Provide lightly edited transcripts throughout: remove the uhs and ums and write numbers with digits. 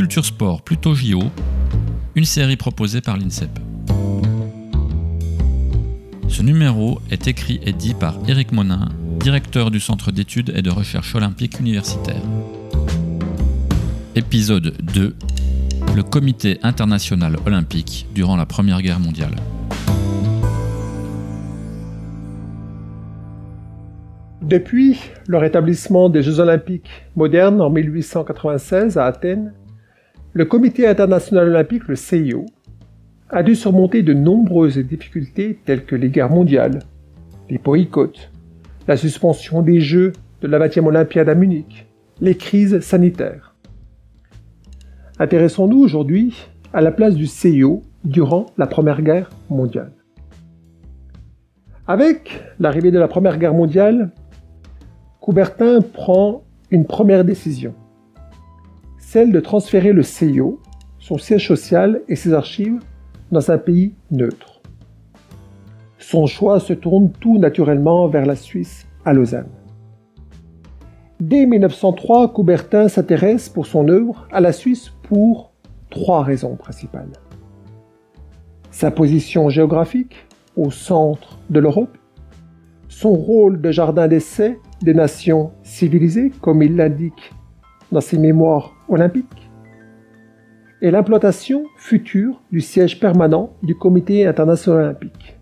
Culture Sport plutôt JO, une série proposée par l'INSEP. Ce numéro est écrit et dit par Éric Monin, directeur du Centre d'études et de recherche olympique universitaire. Épisode 2. Le Comité international olympique durant la Première Guerre mondiale. Depuis le rétablissement des Jeux olympiques modernes en 1896 à Athènes, le Comité international olympique, le CIO, a dû surmonter de nombreuses difficultés telles que les guerres mondiales, les boycotts, la suspension des Jeux de la 20e Olympiade à Munich, les crises sanitaires. Intéressons-nous aujourd'hui à la place du CIO durant la Première Guerre mondiale. Avec l'arrivée de la Première Guerre mondiale, Coubertin prend une première décision, celle de transférer le CIO, son siège social et ses archives dans un pays neutre. Son choix se tourne tout naturellement vers la Suisse, à Lausanne. Dès 1903, Coubertin s'intéresse pour son œuvre à la Suisse pour 3 raisons principales. Sa position géographique, au centre de l'Europe, son rôle de jardin d'essai des nations civilisées, comme il l'indique dans ses mémoires olympiques, et l'implantation future du siège permanent du Comité international olympique.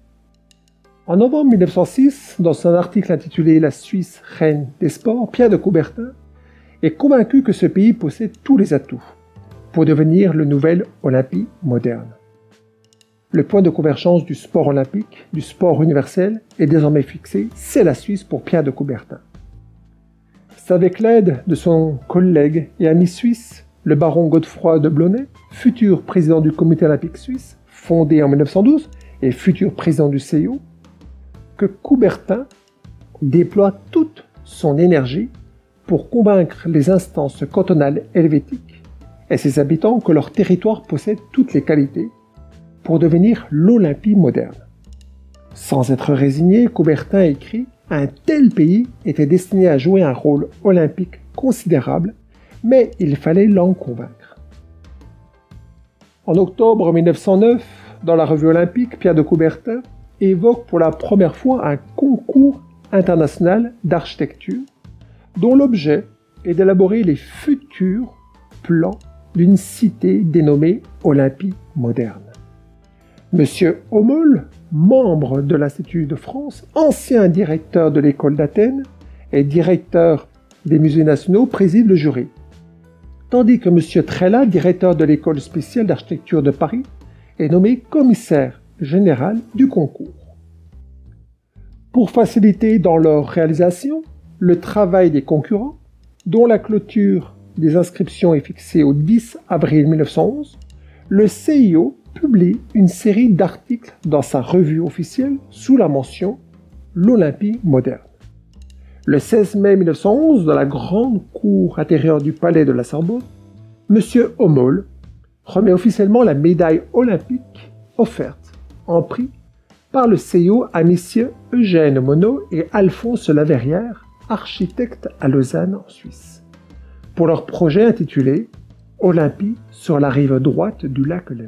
En novembre 1906, dans un article intitulé « La Suisse, reine des sports », Pierre de Coubertin est convaincu que ce pays possède tous les atouts pour devenir le nouvel Olympie moderne. Le point de convergence du sport olympique, du sport universel, est désormais fixé, c'est la Suisse pour Pierre de Coubertin. C'est avec l'aide de son collègue et ami suisse, le baron Godefroy de Blonay, futur président du Comité olympique suisse, fondé en 1912, et futur président du CIO, que Coubertin déploie toute son énergie pour convaincre les instances cantonales helvétiques et ses habitants que leur territoire possède toutes les qualités pour devenir l'Olympie moderne. Sans être résigné, Coubertin écrit « Un tel pays était destiné à jouer un rôle olympique considérable, mais il fallait l'en convaincre. » En octobre 1909, dans la revue olympique, Pierre de Coubertin évoque pour la première fois un concours international d'architecture dont l'objet est d'élaborer les futurs plans d'une cité dénommée Olympie moderne. Monsieur Hommel, membre de l'Institut de France, ancien directeur de l'école d'Athènes et directeur des musées nationaux, préside le jury, tandis que Monsieur Trella, directeur de l'école spéciale d'architecture de Paris, est nommé commissaire général du concours. Pour faciliter dans leur réalisation le travail des concurrents, dont la clôture des inscriptions est fixée au 10 avril 1911, le CIO publie une série d'articles dans sa revue officielle sous la mention « L'Olympie moderne ». Le 16 mai 1911, dans la grande cour intérieure du palais de la Sorbonne, M. Hommel remet officiellement la médaille olympique offerte en prix par le CIO à messieurs Eugène Monod et Alphonse Laverrière, architectes à Lausanne en Suisse, pour leur projet intitulé « Olympie sur la rive droite du lac Léman ».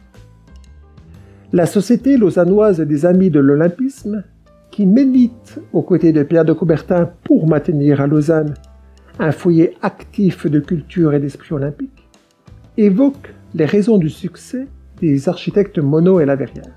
La Société lausannoise des Amis de l'Olympisme, qui milite aux côtés de Pierre de Coubertin pour maintenir à Lausanne un foyer actif de culture et d'esprit olympique, évoque les raisons du succès des architectes Monod et Laverrière.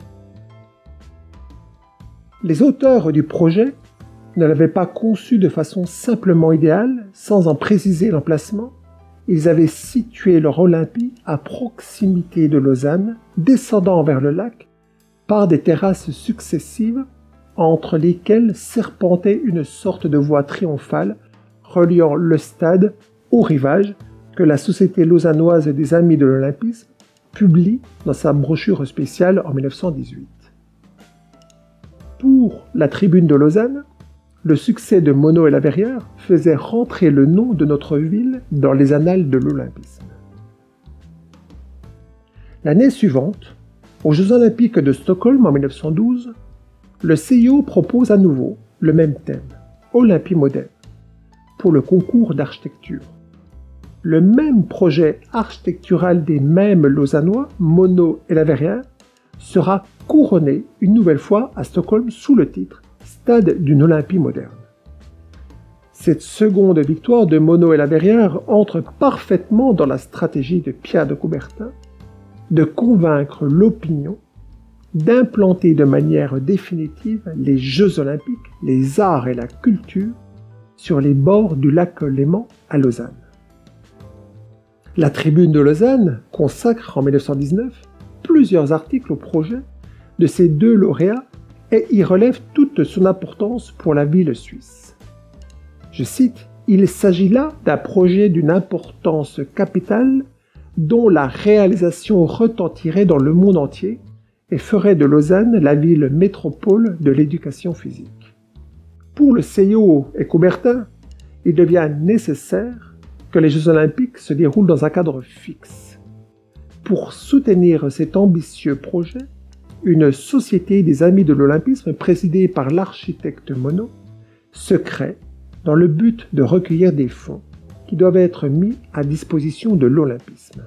Les auteurs du projet ne l'avaient pas conçu de façon simplement idéale, sans en préciser l'emplacement. Ils avaient situé leur Olympie à proximité de Lausanne, descendant vers le lac par des terrasses successives entre lesquelles serpentait une sorte de voie triomphale reliant le stade au rivage que la Société lausannoise des Amis de l'Olympisme publie dans sa brochure spéciale en 1918. Pour la Tribune de Lausanne, le succès de Monod et Laverrière faisait rentrer le nom de notre ville dans les annales de l'olympisme. L'année suivante, aux Jeux olympiques de Stockholm en 1912, le CIO propose à nouveau le même thème, Olympie moderne, pour le concours d'architecture. le même projet architectural des mêmes Lausannois, Monod et Laverrière, sera couronné une nouvelle fois à Stockholm sous le titre « Stade d'une Olympie moderne ». Cette seconde victoire de Monod et Laverrière entre parfaitement dans la stratégie de Pierre de Coubertin de convaincre l'opinion d'implanter de manière définitive les Jeux olympiques, les arts et la culture sur les bords du lac Léman à Lausanne. La Tribune de Lausanne consacre en 1919 plusieurs articles au projet de ces deux lauréats et y relève toute son importance pour la ville suisse. Je cite, « Il s'agit là d'un projet d'une importance capitale dont la réalisation retentirait dans le monde entier et ferait de Lausanne la ville métropole de l'éducation physique. Pour le CIO et Coubertin, il devient nécessaire que les Jeux olympiques se déroulent dans un cadre fixe. Pour soutenir cet ambitieux projet, une société des Amis de l'Olympisme présidée par l'architecte Monod se crée dans le but de recueillir des fonds qui doivent être mis à disposition de l'Olympisme.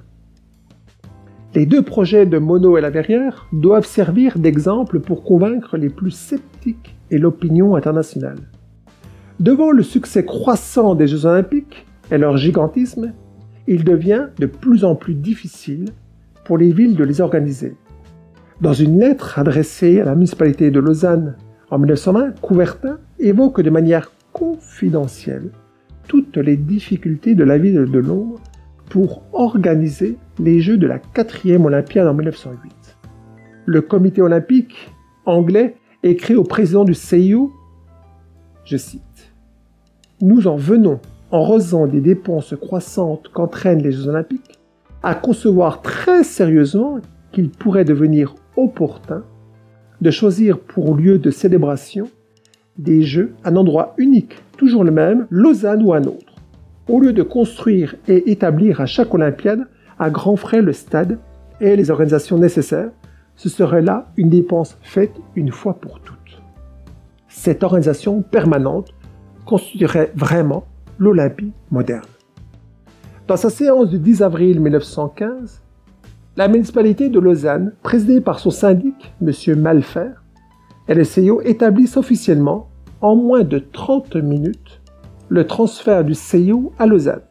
Les deux projets de Monod et Laverrière doivent servir d'exemple pour convaincre les plus sceptiques et l'opinion internationale. Devant le succès croissant des Jeux olympiques et leur gigantisme, il devient de plus en plus difficile pour les villes de les organiser. Dans une lettre adressée à la municipalité de Lausanne en 1920, Coubertin évoque de manière confidentielle toutes les difficultés de la ville de Londres pour organiser les Jeux de la 4e Olympiade en 1908. Le comité olympique anglais écrit au président du CIO, je cite, « Nous en venons, en raison des dépenses croissantes qu'entraînent les Jeux olympiques, à concevoir très sérieusement qu'il pourrait devenir opportun de choisir pour lieu de célébration des Jeux un endroit unique, toujours le même, Lausanne ou un autre, au lieu de construire et établir à chaque Olympiade à grands frais le stade et les organisations nécessaires, ce serait là une dépense faite une fois pour toutes. Cette organisation permanente constituerait vraiment l'Olympie moderne. » Dans sa séance du 10 avril 1915, la municipalité de Lausanne, présidée par son syndic, M. Malfer, et le CIO établissent officiellement, en moins de 30 minutes, le transfert du CIO à Lausanne.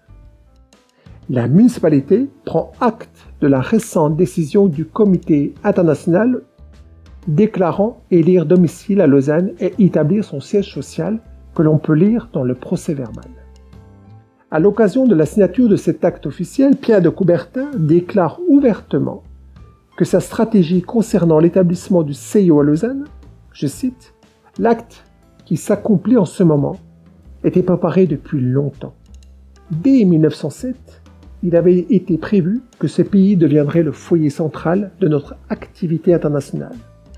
La municipalité prend acte de la récente décision du comité international déclarant élire domicile à Lausanne et établir son siège social que l'on peut lire dans le procès-verbal. À l'occasion de la signature de cet acte officiel, Pierre de Coubertin déclare ouvertement que sa stratégie concernant l'établissement du CIO à Lausanne, je cite, « L'acte qui s'accomplit en ce moment était préparé depuis longtemps. Dès 1907, il avait été prévu que ce pays deviendrait le foyer central de notre activité internationale.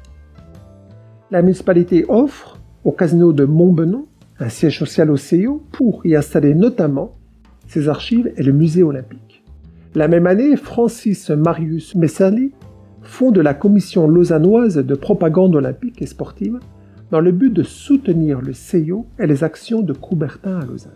La municipalité offre au casino de Montbenon un siège social au CIO pour y installer notamment ses archives et le musée olympique. La même année, Francis Marius Messerli fonde la commission lausannoise de propagande olympique et sportive dans le but de soutenir le CIO et les actions de Coubertin à Lausanne.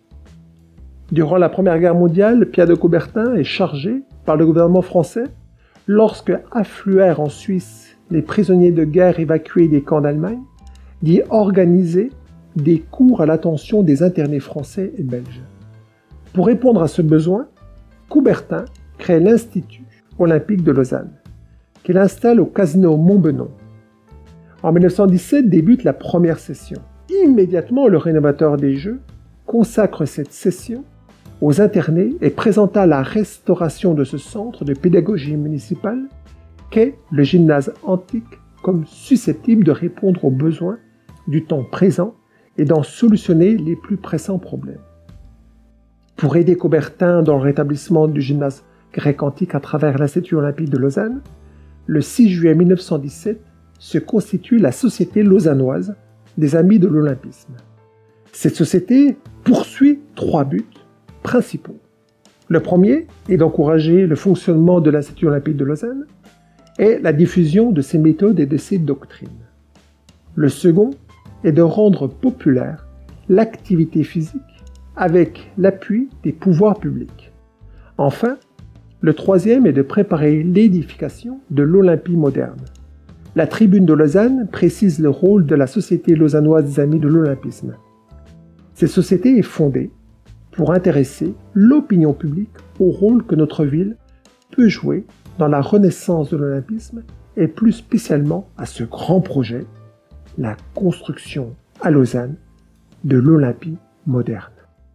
Durant la Première Guerre mondiale, Pierre de Coubertin est chargé par le gouvernement français, lorsque affluèrent en Suisse les prisonniers de guerre évacués des camps d'Allemagne, d'y organiser des cours à l'attention des internés français et belges. Pour répondre à ce besoin, Coubertin crée l'Institut olympique de Lausanne, qu'il installe au casino Montbenon. En 1917 débute la première session. Immédiatement, le rénovateur des Jeux consacre cette session aux internés et présenta la restauration de ce centre de pédagogie municipale qu'est le gymnase antique comme susceptible de répondre aux besoins du temps présent et d'en solutionner les plus pressants problèmes. Pour aider Coubertin dans le rétablissement du gymnase grec antique à travers l'Institut olympique de Lausanne, le 6 juillet 1917 se constitue la Société lausannoise des Amis de l'Olympisme. Cette société poursuit 3 buts principaux. Le premier est d'encourager le fonctionnement de l'Institut olympique de Lausanne et la diffusion de ses méthodes et de ses doctrines. Le second est de rendre populaire l'activité physique avec l'appui des pouvoirs publics. Enfin, le troisième est de préparer l'édification de l'Olympie moderne. La tribune de Lausanne précise le rôle de la Société lausannoise des Amis de l'Olympisme. Cette société est fondée pour intéresser l'opinion publique au rôle que notre ville peut jouer dans la renaissance de l'olympisme et plus spécialement à ce grand projet, la construction à Lausanne de l'Olympie moderne.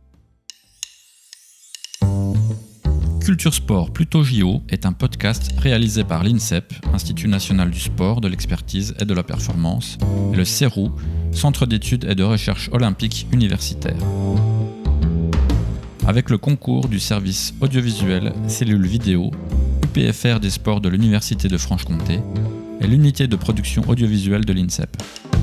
Culture Sport Plutôt JO est un podcast réalisé par l'INSEP, Institut national du sport, de l'expertise et de la performance, et le CERU, Centre d'études et de recherche olympique universitaire. Avec le concours du service audiovisuel Cellule Vidéo, UPFR des sports de l'Université de Franche-Comté et l'unité de production audiovisuelle de l'INSEP.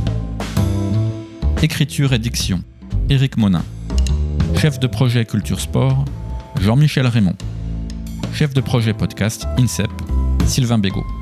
Écriture et diction, Éric Monin. Chef de projet Culture Sport, Jean-Michel Raymond. Chef de projet podcast INSEP, Sylvain Bégaud.